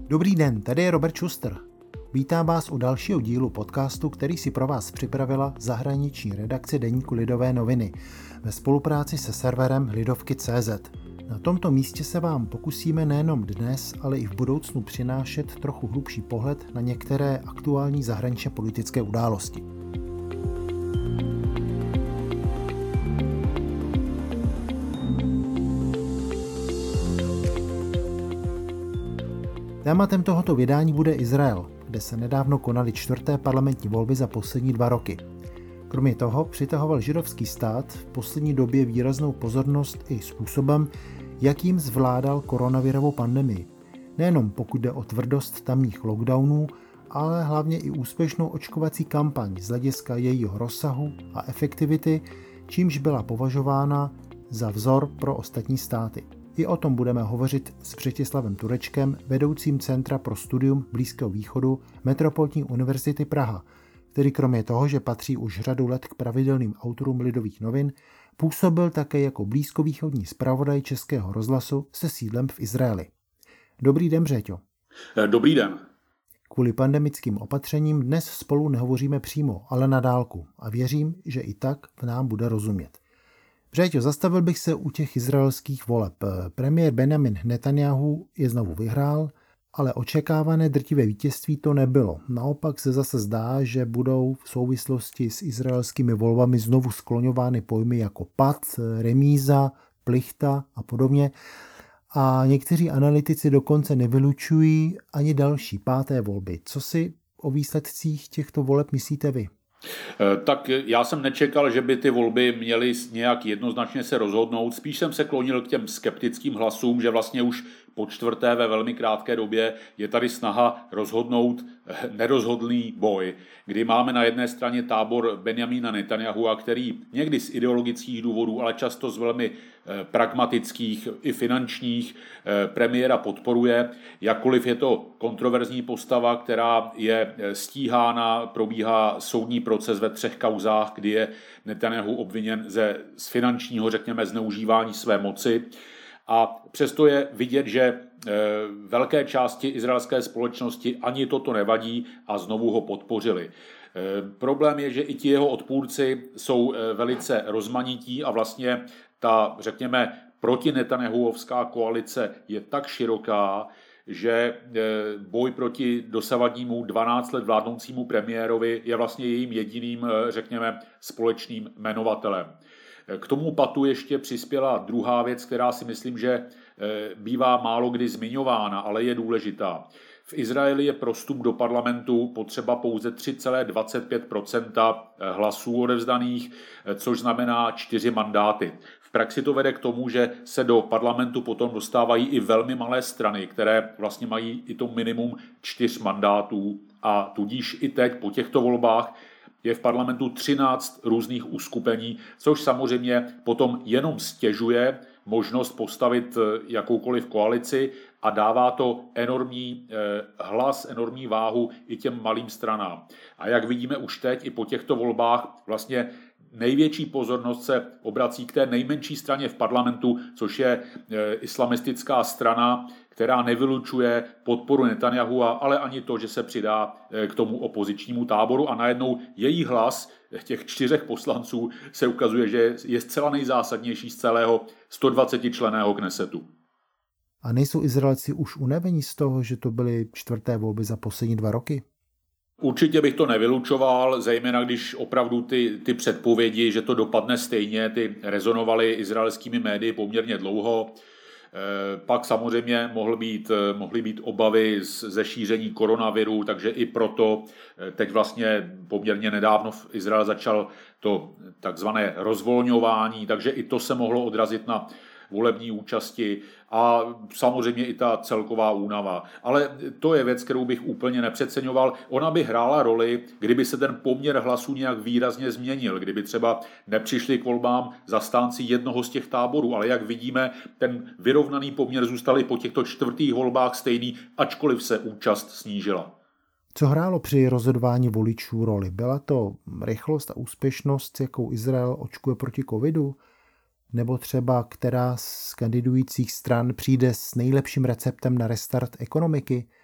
Dobrý den, tady je Robert Schuster. Vítám vás u dalšího dílu podcastu, který si pro vás připravila zahraniční redakce deníku Lidové noviny ve spolupráci se serverem Lidovky.cz. Na tomto místě se vám pokusíme nejenom dnes, ale i v budoucnu přinášet trochu hlubší pohled na některé aktuální zahraničně politické události. Tématem tohoto vydání bude Izrael, kde se nedávno konaly 4. parlamentní volby za poslední 2 roky. Kromě toho přitahoval židovský stát v poslední době výraznou pozornost i způsobem, jakým zvládal koronavirovou pandemii. Nejenom pokud jde o tvrdost tamních lockdownů, ale hlavně i úspěšnou očkovací kampaň z hlediska jejího rozsahu a efektivity, čímž byla považována za vzor pro ostatní státy. I o tom budeme hovořit s Břetislavem Turečkem, vedoucím Centra pro studium Blízkého východu Metropolitní univerzity Praha, který kromě toho, že patří už řadu let k pravidelným autorům Lidových novin, působil také jako blízkovýchodní zpravodaj Českého rozhlasu se sídlem v Izraeli. Dobrý den, Břeťo. Dobrý den. Kvůli pandemickým opatřením dnes spolu nehovoříme přímo, ale na dálku a věřím, že i tak v nám bude rozumět. Břeťo, zastavil bych se u těch izraelských voleb. Premiér Benjamin Netanjahu je znovu vyhrál, ale očekávané drtivé vítězství to nebylo. Naopak se zase zdá, že budou v souvislosti s izraelskými volbami znovu skloňovány pojmy jako pad, remíza, plichta a podobně. A někteří analytici dokonce nevylučují ani další 5. volby. Co si o výsledcích těchto voleb myslíte vy? Tak já jsem nečekal, že by ty volby měly nějak jednoznačně se rozhodnout. Spíš jsem se klonil k těm skeptickým hlasům, že vlastně už po 4. ve velmi krátké době je tady snaha rozhodnout nerozhodný boj, kdy máme na jedné straně tábor Benjamina Netanjahua, který někdy z ideologických důvodů, ale často z velmi pragmatických i finančních premiéra podporuje, jakkoliv je to kontroverzní postava, která je stíhána, probíhá soudní proces ve 3 kauzách, kdy je Netanjahu obviněn z finančního, řekněme, zneužívání své moci. A přesto je vidět, že velké části izraelské společnosti ani toto nevadí a znovu ho podpořili. Problém je, že i ti jeho odpůrci jsou velice rozmanití a vlastně ta, řekněme, protinetanjahuovská koalice je tak široká, že boj proti dosavadnímu 12 let vládnoucímu premiérovi je vlastně jejím jediným, řekněme, společným jmenovatelem. K tomu patu ještě přispěla druhá věc, která si myslím, že bývá málo kdy zmiňována, ale je důležitá. V Izraeli je pro vstup do parlamentu potřeba pouze 3,25% hlasů odevzdaných, což znamená 4 mandáty. V praxi to vede k tomu, že se do parlamentu potom dostávají i velmi malé strany, které vlastně mají i to minimum 4 mandátů a tudíž i teď po těchto volbách je v parlamentu 13 různých uskupení, což samozřejmě potom jenom stěžuje možnost postavit jakoukoliv koalici a dává to enormní hlas, enormní váhu i těm malým stranám. A jak vidíme už teď i po těchto volbách, vlastně největší pozornost se obrací k té nejmenší straně v parlamentu, což je islamistická strana, která nevylučuje podporu Netanjahua, ale ani to, že se přidá k tomu opozičnímu táboru a najednou její hlas těch 4 poslanců se ukazuje, že je zcela nejzásadnější z celého 120členného Knesetu. A nejsou Izraelci už unavení z toho, že to byly 4. volby za poslední 2 roky? Určitě bych to nevylučoval, zejména když opravdu ty předpovědi, že to dopadne stejně, ty rezonovaly izraelskými médii poměrně dlouho. Pak samozřejmě mohly být obavy ze šíření koronaviru, takže i proto teď vlastně poměrně nedávno v Izrael začal to takzvané rozvolňování, takže i to se mohlo odrazit na volební účasti a samozřejmě i ta celková únava. Ale to je věc, kterou bych úplně nepřeceňoval. Ona by hrála roli, kdyby se ten poměr hlasů nějak výrazně změnil, kdyby třeba nepřišli k volbám zastánci jednoho z těch táborů, ale jak vidíme, ten vyrovnaný poměr zůstal i po těchto 4. volbách stejný, ačkoliv se účast snížila. Co hrálo při rozhodování voličů roli? Byla to rychlost a úspěšnost, jakou Izrael očkuje proti covidu? Nebo třeba která z kandidujících stran přijde s nejlepším receptem na restart ekonomiky?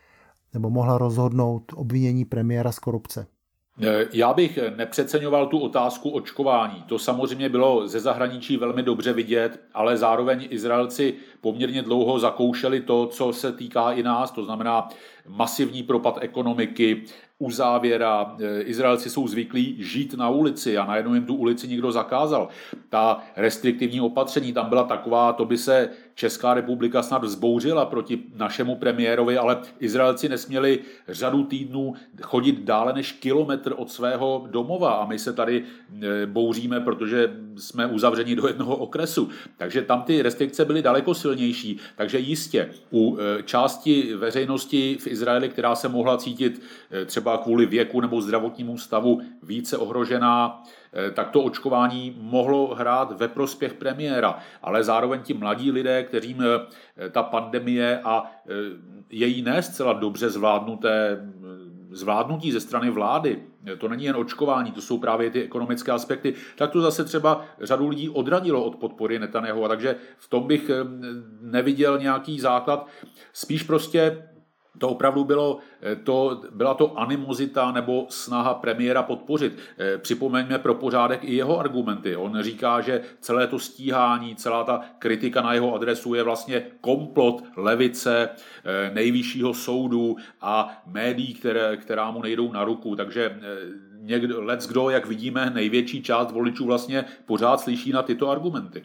nebo mohla rozhodnout obvinění premiéra z korupce? Já bych nepřeceňoval tu otázku očkování. To samozřejmě bylo ze zahraničí velmi dobře vidět, ale zároveň Izraelci poměrně dlouho zakoušeli to, co se týká i nás, to znamená masivní propad ekonomiky, uzávěra. Izraelci jsou zvyklí žít na ulici a najednou jim tu ulici někdo zakázal. Ta restriktivní opatření tam byla taková, to by se Česká republika snad vzbouřila proti našemu premiérovi, ale Izraelci nesměli řadu týdnů chodit dále než kilometr od svého domova a my se tady bouříme, protože jsme uzavřeni do jednoho okresu. Takže tam ty restrikce byly daleko silnější. Takže jistě u části veřejnosti v Izraeli, která se mohla cítit třeba kvůli věku nebo zdravotnímu stavu více ohrožená, tak to očkování mohlo hrát ve prospěch premiéra. Ale zároveň ti mladí lidé, kterým ta pandemie a její ne zcela dobře zvládnutí ze strany vlády, to není jen očkování, to jsou právě ty ekonomické aspekty, tak to zase třeba řadu lidí odradilo od podpory Netanjahua. Takže v tom bych neviděl nějaký základ. Spíš prostě to opravdu byla to animozita nebo snaha premiéra podpořit. Připomeňme pro pořádek i jeho argumenty. On říká, že celé to stíhání, celá ta kritika na jeho adresu je vlastně komplot levice, nejvyššího soudu a médií, která mu nejdou na ruku. Takže leckdo, jak vidíme, největší část voličů vlastně pořád slyší na tyto argumenty.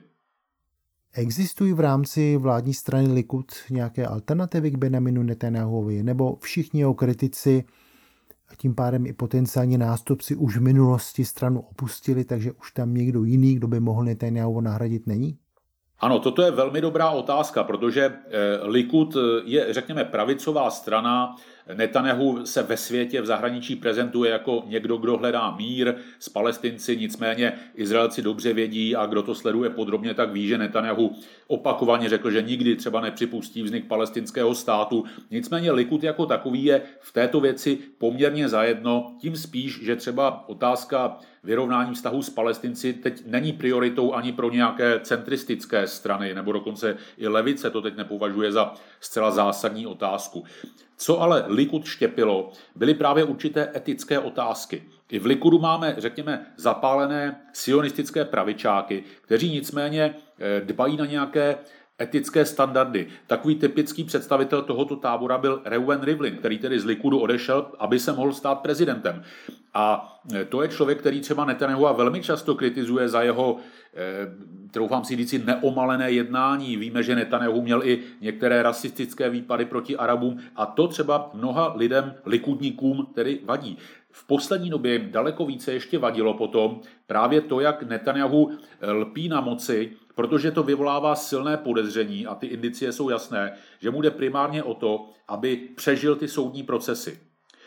Existují v rámci vládní strany Likud nějaké alternativy k Benjaminu Netanjahuovi, nebo všichni jeho kritici a tím pádem i potenciální nástupci už v minulosti stranu opustili, takže už tam někdo jiný, kdo by mohl Netanjahu nahradit, není? Ano, toto je velmi dobrá otázka, protože Likud je, řekněme, pravicová strana. Netanjahu se ve světě, v zahraničí prezentuje jako někdo, kdo hledá mír s Palestinci, nicméně Izraelci dobře vědí a kdo to sleduje podrobně, tak ví, že Netanjahu opakovaně řekl, že nikdy třeba nepřipustí vznik palestinského státu. Nicméně Likud jako takový je v této věci poměrně zajedno, tím spíš, že třeba otázka vyrovnání vztahu s Palestinci teď není prioritou ani pro nějaké centristické strany, nebo dokonce i levice to teď nepovažuje za zcela zásadní otázku. Co ale Likud štěpilo, byly právě určité etické otázky. I v Likudu máme, řekněme, zapálené sionistické pravičáky, kteří nicméně dbají na nějaké etické standardy. Takový typický představitel tohoto tábora byl Reuven Rivlin, který tedy z Likudu odešel, aby se mohl stát prezidentem. A to je člověk, který třeba Netanjahua velmi často kritizuje za jeho, troufám si říci, neomalené jednání. Víme, že Netanjahu měl i některé rasistické výpady proti Arabům a to třeba mnoha lidem, likudníkům, tedy vadí. V poslední době jim daleko více ještě vadilo potom právě to, jak Netanjahu lpí na moci, protože to vyvolává silné podezření a ty indicie jsou jasné, že mu jde primárně o to, aby přežil ty soudní procesy.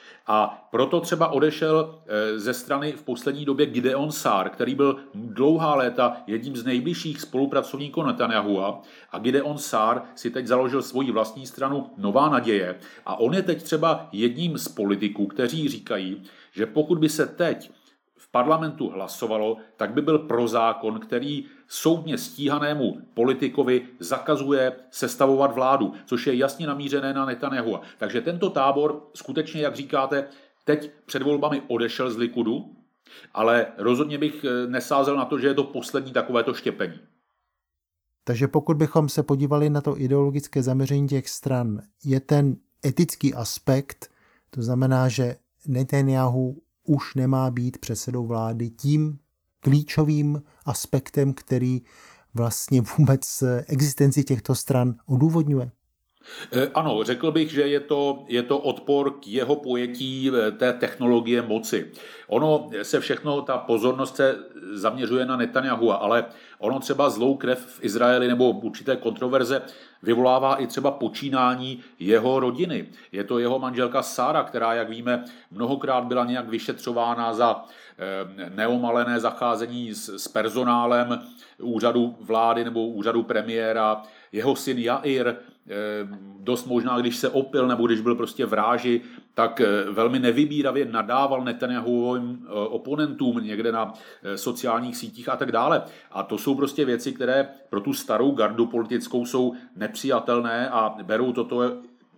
A proto třeba odešel ze strany v poslední době Gideon Sa'ar, který byl dlouhá léta jedním z nejbližších spolupracovníků Netanjahua. A Gideon Sa'ar si teď založil svoji vlastní stranu Nová naděje. A on je teď třeba jedním z politiků, kteří říkají, že pokud by se teď v parlamentu hlasovalo, tak by byl pro zákon, který soudně stíhanému politikovi zakazuje sestavovat vládu, což je jasně namířené na Netanjahua. Takže tento tábor skutečně, jak říkáte, teď před volbami odešel z Likudu, ale rozhodně bych nesázel na to, že je to poslední takovéto štěpení. Takže pokud bychom se podívali na to ideologické zaměření těch stran, je ten etický aspekt, to znamená, že Netanjahu už nemá být předsedou vlády tím klíčovým aspektem, který vlastně vůbec existenci těchto stran odůvodňuje? Ano, řekl bych, že je to odpor k jeho pojetí té technologie moci. Ono se všechno, ta pozornost se zaměřuje na Netanjahua, ale ono třeba zlou krev v Izraeli nebo určité kontroverze vyvolává i třeba počínání jeho rodiny. Je to jeho manželka Sára, která, jak víme, mnohokrát byla nějak vyšetřována za neomalené zacházení s personálem úřadu vlády nebo úřadu premiéra. Jeho syn Jair, dost možná, když se opil nebo když byl prostě v ráži, tak velmi nevybíravě nadával Netanjahuovým oponentům někde na sociálních sítích a tak dále. A to jsou prostě věci, které pro tu starou gardu politickou jsou nepřijatelné a berou toto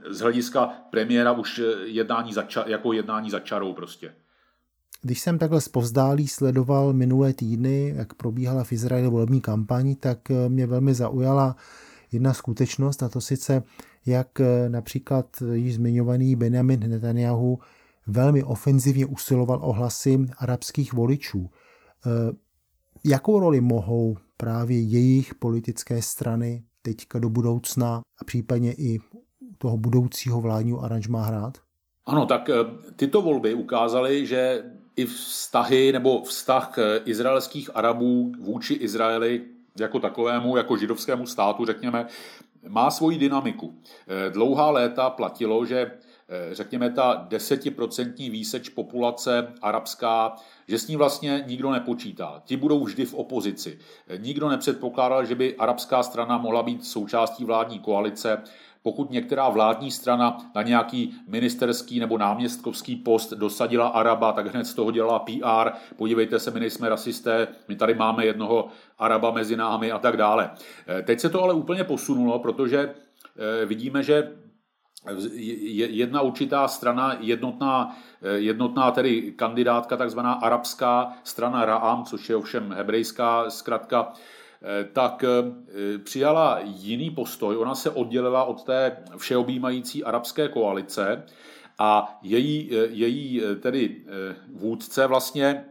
z hlediska premiéra už jednání za čarou prostě. Když jsem takhle zpovzdálí sledoval minulé týdny, jak probíhala v Izraeli volební kampaň, tak mě velmi zaujala jedna skutečnost, a to sice, jak například již zmiňovaný Benjamin Netanjahu velmi ofenzivně usiloval o hlasy arabských voličů. Jakou roli mohou právě jejich politické strany teďka do budoucna a případně i toho budoucího vládního aranžmá hrát? Ano, tak tyto volby ukázaly, že i vztah izraelských Arabů vůči Izraeli jako takovému, jako židovskému státu, řekněme, má svoji dynamiku. Dlouhá léta platilo, že řekněme ta 10% výseč populace arabská, že s ní vlastně nikdo nepočítá. Ti budou vždy v opozici. Nikdo nepředpokládal, že by arabská strana mohla být součástí vládní koalice. Pokud některá vládní strana na nějaký ministerský nebo náměstkovský post dosadila Araba, tak hned z toho dělala PR. Podívejte se, my nejsme rasisté, my tady máme jednoho Araba mezi námi a tak dále. Teď se to ale úplně posunulo, protože vidíme, že jedna určitá strana, jednotná tedy kandidátka, takzvaná arabská strana Ra'am, což je ovšem hebrejská zkratka, tak přijala jiný postoj. Ona se oddělila od té všeobjímající arabské koalice a její tedy vůdce vlastně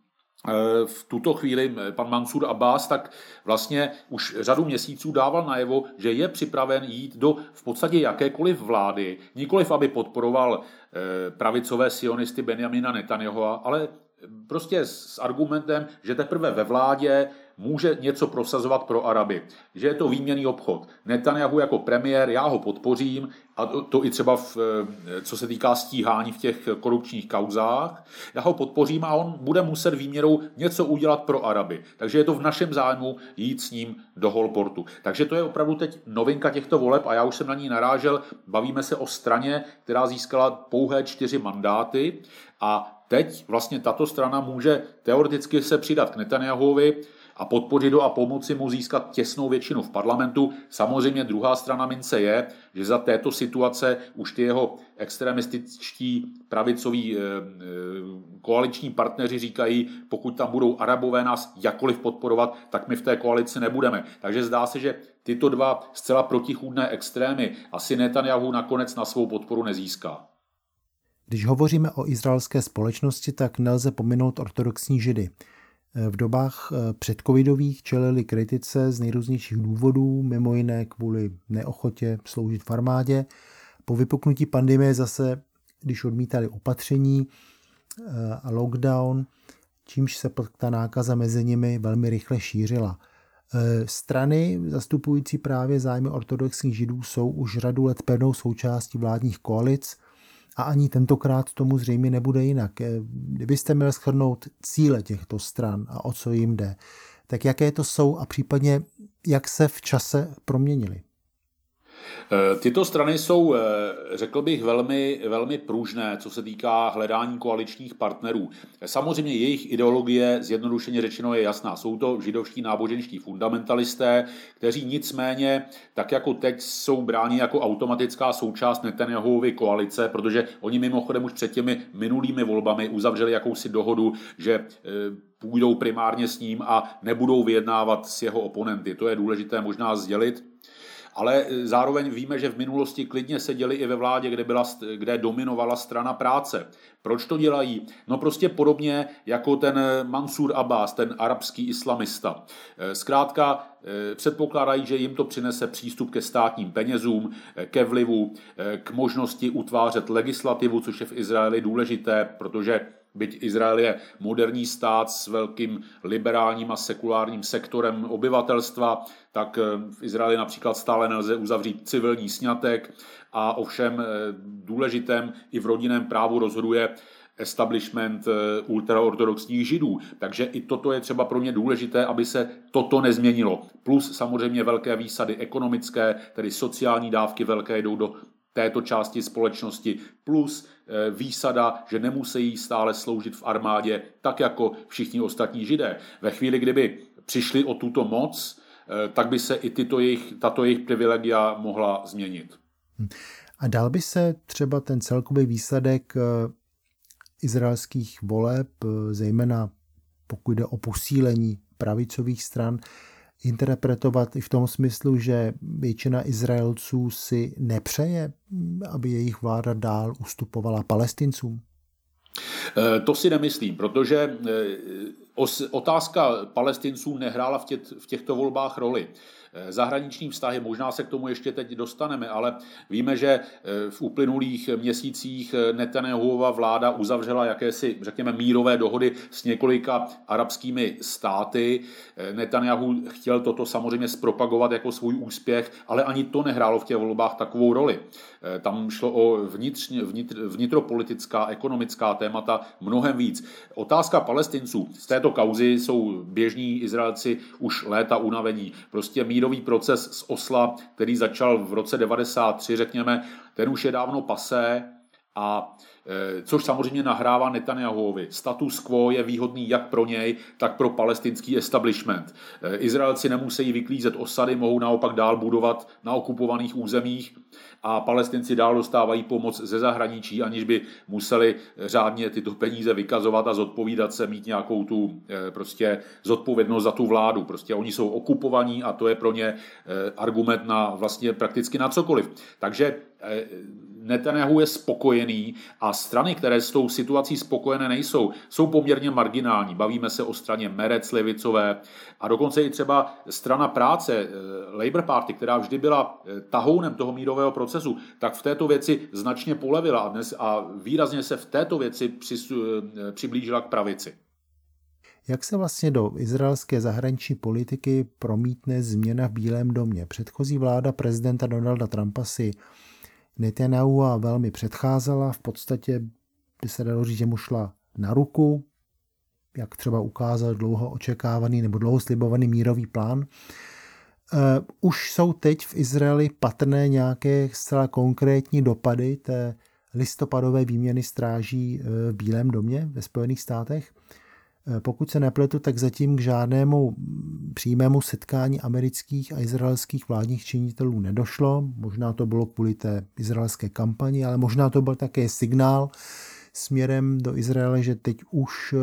v tuto chvíli pan Mansur Abbas tak vlastně už řadu měsíců dával najevo, že je připraven jít do v podstatě jakékoliv vlády, nikoliv aby podporoval pravicové sionisty Benjamina Netanjahua, ale prostě s argumentem, že teprve ve vládě může něco prosazovat pro Araby. Že je to výměnný obchod. Netanjahu jako premiér, já ho podpořím, a to i třeba co se týká stíhání v těch korupčních kauzách, já ho podpořím a on bude muset výměrou něco udělat pro Araby. Takže je to v našem zájmu jít s ním do Holportu. Takže to je opravdu teď novinka těchto voleb a já už jsem na ní narážel. Bavíme se o straně, která získala pouhé 4 mandáty a teď vlastně tato strana může teoreticky se přidat k Netanjahuovi a podpořit ho a pomoci mu získat těsnou většinu v parlamentu. Samozřejmě druhá strana mince je, že za této situace už ty jeho extremističtí pravicoví koaliční partneři říkají, pokud tam budou Arabové nás jakkoliv podporovat, tak my v té koalici nebudeme. Takže zdá se, že tyto dva zcela protichůdné extrémy asi Netanjahu nakonec na svou podporu nezíská. Když hovoříme o izraelské společnosti, tak nelze pominout ortodoxní židy. V dobách předcovidových čelili kritice z nejrůznějších důvodů, mimo jiné kvůli neochotě sloužit v armádě. Po vypuknutí pandemie zase, když odmítali opatření a lockdown, čímž se ta nákaza mezi nimi velmi rychle šířila. Strany zastupující právě zájmy ortodoxních židů jsou už řadu let pevnou součástí vládních koalic a ani tentokrát tomu zřejmě nebude jinak. Kdybyste měli shrnout cíle těchto stran a o co jim jde, tak jaké to jsou a případně jak se v čase proměnily? Tyto strany jsou, řekl bych, velmi, velmi pružné, co se týká hledání koaličních partnerů. Samozřejmě jejich ideologie, zjednodušeně řečeno, je jasná. Jsou to židovští náboženští fundamentalisté, kteří nicméně, tak jako teď, jsou bráni jako automatická součást Netanjahuovy koalice, protože oni mimochodem už před těmi minulými volbami uzavřeli jakousi dohodu, že půjdou primárně s ním a nebudou vyjednávat s jeho oponenty. To je důležité možná sdělit. Ale zároveň víme, že v minulosti klidně seděli i ve vládě, kde dominovala strana práce. Proč to dělají? No prostě podobně jako ten Mansur Abbas, ten arabský islamista. Zkrátka předpokládají, že jim to přinese přístup ke státním penězům, ke vlivu, k možnosti utvářet legislativu, což je v Izraeli důležité, protože byť Izrael je moderní stát s velkým liberálním a sekulárním sektorem obyvatelstva, tak v Izraeli například stále nelze uzavřít civilní sňatek a ovšem důležitém i v rodinném právu rozhoduje establishment ultraortodoxních židů. Takže i toto je třeba pro ně důležité, aby se toto nezměnilo. Plus samozřejmě velké výsady ekonomické, tedy sociální dávky velké jdou do této části společnosti, plus výsada, že nemusí stále sloužit v armádě, tak jako všichni ostatní židé. Ve chvíli, kdyby přišli o tuto moc, tak by se i tato jejich privilegia mohla změnit. A dal by se třeba ten celkový výsledek izraelských voleb, zejména pokud jde o posílení pravicových stran, interpretovat i v tom smyslu, že většina Izraelců si nepřeje, aby jejich vláda dál ustupovala Palestincům? To si nemyslím, protože otázka Palestinců nehrála v těchto volbách roli. Zahraniční vztahy, možná se k tomu ještě teď dostaneme, ale víme, že v uplynulých měsících Netanjahova vláda uzavřela jakési, řekněme, mírové dohody s několika arabskými státy. Netanjahu chtěl toto samozřejmě zpropagovat jako svůj úspěch, ale ani to nehrálo v těch volbách takovou roli. Tam šlo o vnitropolitická, ekonomická témata mnohem víc. Otázka Palestinců. Z této kauzy jsou běžní Izraelci už léta unavení. Prostě mírový proces z Osla, který začal v roce 93, řekněme, ten už je dávno pasé, a což samozřejmě nahrává Netanjahuovi. Status quo je výhodný jak pro něj, tak pro palestinský establishment. Izraelci nemusí vyklízet osady, mohou naopak dál budovat na okupovaných územích a Palestinci dál dostávají pomoc ze zahraničí, aniž by museli řádně tyto peníze vykazovat a zodpovídat se, mít nějakou tu prostě zodpovědnost za tu vládu. Prostě oni jsou okupovaní a to je pro ně argument na vlastně prakticky na cokoliv. Takže Netanjahu je spokojený a strany, které s tou situací spokojené nejsou, jsou poměrně marginální. Bavíme se o straně Merec levicové a dokonce i třeba strana práce, Labour Party, která vždy byla tahounem toho mírového procesu, tak v této věci značně polevila a výrazně se v této věci přiblížila k pravici. Jak se vlastně do izraelské zahraniční politiky promítne změna v Bílém domě? Předchozí vláda prezidenta Donalda Trumpa si Netanjahua velmi předcházela, v podstatě by se dalo říct, že mu šla na ruku, jak třeba ukázal dlouho očekávaný nebo dlouho slibovaný mírový plán. Už jsou teď v Izraeli patrné nějaké zcela konkrétní dopady té listopadové výměny stráží v Bílém domě ve Spojených státech. Pokud se nepletu, tak zatím k žádnému přímému setkání amerických a izraelských vládních činitelů nedošlo. Možná to bylo kvůli té izraelské kampani, ale možná to byl také signál směrem do Izraele, že teď už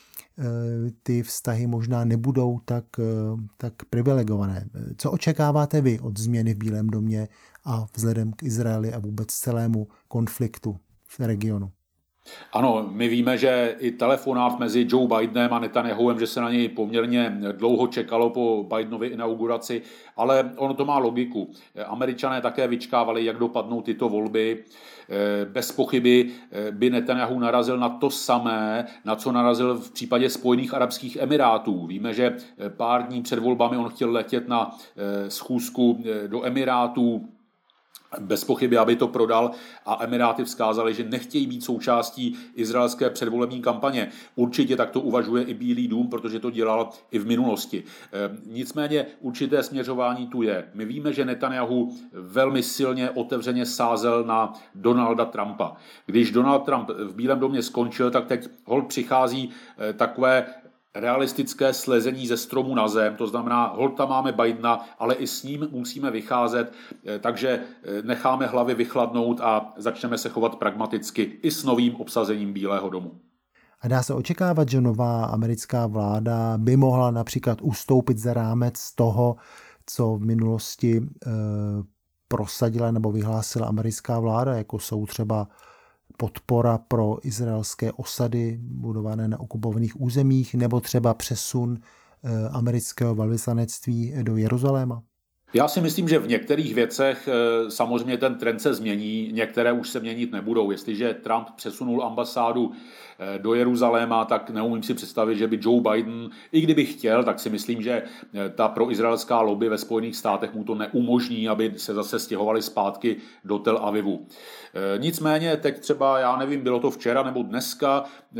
ty vztahy možná nebudou tak privilegované. Co očekáváte vy od změny v Bílém domě a vzhledem k Izraeli a vůbec celému konfliktu v regionu? Ano, my víme, že i telefonát mezi Joe Bidenem a Netanjahuem, že se na něj poměrně dlouho čekalo po Bidenově inauguraci, ale ono to má logiku. Američané také vyčkávali, jak dopadnou tyto volby. Bez pochyby by Netanjahu narazil na to samé, na co narazil v případě Spojených arabských emirátů. Víme, že pár dní před volbami on chtěl letět na schůzku do Emirátů, bez pochyby, aby to prodal, a Emiráty vzkázali, že nechtějí být součástí izraelské předvolební kampaně. Určitě tak to uvažuje i Bílý dům, protože to dělal i v minulosti. Nicméně určité směřování tu je. My víme, že Netanjahu velmi silně otevřeně sázel na Donalda Trumpa. Když Donald Trump v Bílém domě skončil, tak teď holt přichází takové realistické slezení ze stromu na zem, to znamená, holta máme Bidena, ale i s ním musíme vycházet, takže necháme hlavy vychladnout a začneme se chovat pragmaticky i s novým obsazením Bílého domu. A dá se očekávat, že nová americká vláda by mohla například ustoupit za rámec toho, co v minulosti prosadila nebo vyhlásila americká vláda, jako jsou třeba podpora pro izraelské osady budované na okupovaných územích nebo třeba přesun amerického velvyslanectví do Jeruzaléma? Já si myslím, že v některých věcech samozřejmě ten trend se změní, některé už se měnit nebudou. Jestliže Trump přesunul ambasádu do Jeruzaléma, tak neumím si představit, že by Joe Biden, i kdyby chtěl, tak si myslím, že ta proizraelská lobby ve Spojených státech mu to neumožní, aby se zase stěhovali zpátky do Tel Avivu. Nicméně teď třeba, já nevím, bylo to včera nebo dneska,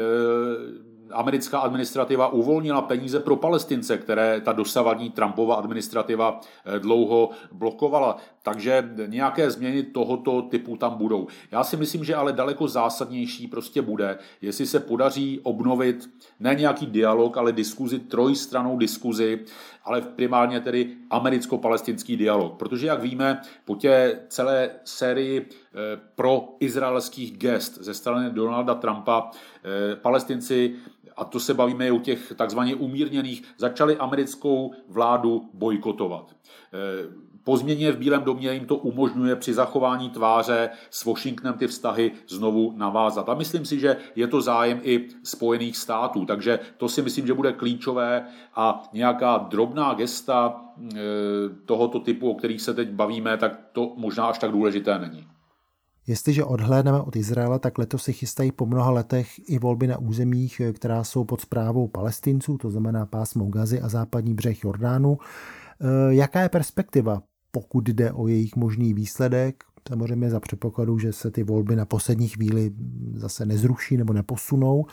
americká administrativa uvolnila peníze pro Palestince, které ta dosavadní Trumpova administrativa dlouho blokovala. takže nějaké změny tohoto typu tam budou. Já si myslím, že ale daleko zásadnější prostě bude, jestli se podaří obnovit ne nějaký dialog, ale diskuzi, trojstrannou diskuzi, ale primárně tedy americko-palestinský dialog. Protože, jak víme, po té celé sérii pro-izraelských gest ze strany Donalda Trumpa Palestinci, a to se bavíme i o těch takzvaně umírněných, začali americkou vládu bojkotovat. Po změně v Bílém domě jim to umožňuje při zachování tváře s Washingtonem ty vztahy znovu navázat. A myslím si, že je to zájem i Spojených států. Takže to si myslím, že bude klíčové a nějaká drobná gesta tohoto typu, o kterých se teď bavíme, tak to možná až tak důležité není. Jestliže odhlédneme od Izraele, tak letos se chystají po mnoha letech i volby na územích, která jsou pod správou Palestinců, to znamená pásmo Gazy a západní břeh Jordánu. Jaká je perspektiva, pokud jde o jejich možný výsledek? Samozřejmě za předpokladu, že se ty volby na poslední chvíli zase nezruší nebo neposunou.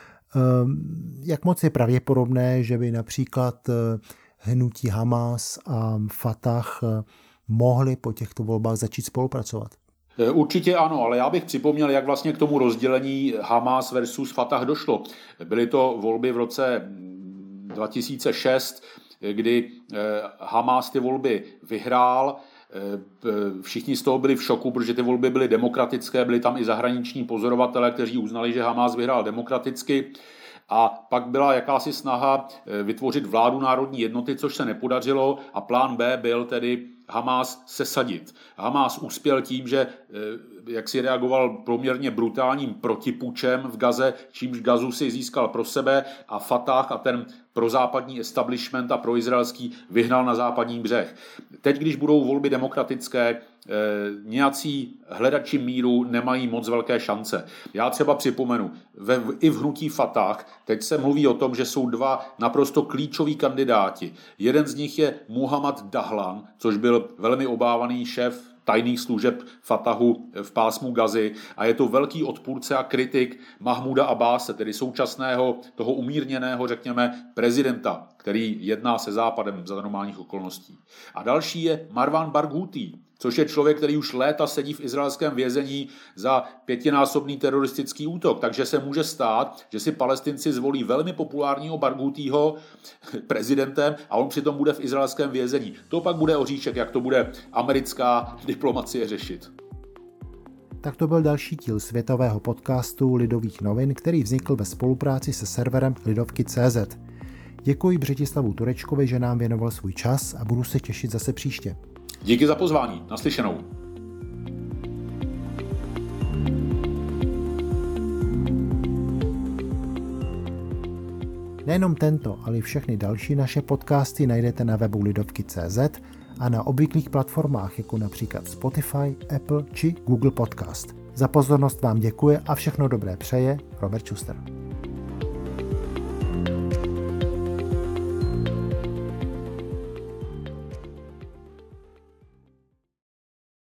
Jak moc je pravděpodobné, že by například hnutí Hamas a Fatah mohli po těchto volbách začít spolupracovat? Určitě ano, ale já bych připomněl, jak vlastně k tomu rozdělení Hamas versus Fatah došlo. Byly to volby v roce 2006, kdy Hamas ty volby vyhrál. Všichni z toho byli v šoku, protože ty volby byly demokratické, byli tam i zahraniční pozorovatelé, kteří uznali, že Hamas vyhrál demokraticky. A pak byla jakási snaha vytvořit vládu národní jednoty, což se nepodařilo, a plán B byl tedy Hamas sesadit. Hamas uspěl tím, že jak si reagoval poměrně brutálním protipučem v Gaze, čímž Gazu si získal pro sebe, a Fatah a ten prozápadní establishment a proizraelský vyhnal na západní břeh. Teď, když budou volby demokratické, nějací hledači míru nemají moc velké šance. Já třeba připomenu, i v hnutí Fatah teď se mluví o tom, že jsou dva naprosto klíčoví kandidáti. Jeden z nich je Muhammad Dahlan, což byl velmi obávaný šéf tajných služeb Fatahu v pásmu Gazy, a je to velký odpůrce a kritik Mahmuda Abbase, tedy současného toho umírněného, řekněme, prezidenta, který jedná se Západem za normálních okolností. A další je Marwan Barghouti, což je člověk, který už léta sedí v izraelském vězení za 5násobný teroristický útok. Takže se může stát, že si Palestinci zvolí velmi populárního Barghoutího prezidentem a on přitom bude v izraelském vězení. To pak bude oříšek, jak to bude americká diplomacie řešit. Tak to byl další díl světového podcastu Lidových novin, který vznikl ve spolupráci se serverem Lidovky.cz. Děkuji Břetislavu Turečkovi, že nám věnoval svůj čas, a budu se těšit zase příště. Díky za pozvání. Naslyšenou. Nejenom tento, ale i všechny další naše podcasty najdete na webu Lidovky.cz a na obvyklých platformách, jako například Spotify, Apple či Google Podcast. Za pozornost vám děkuje a všechno dobré přeje Robert Schuster.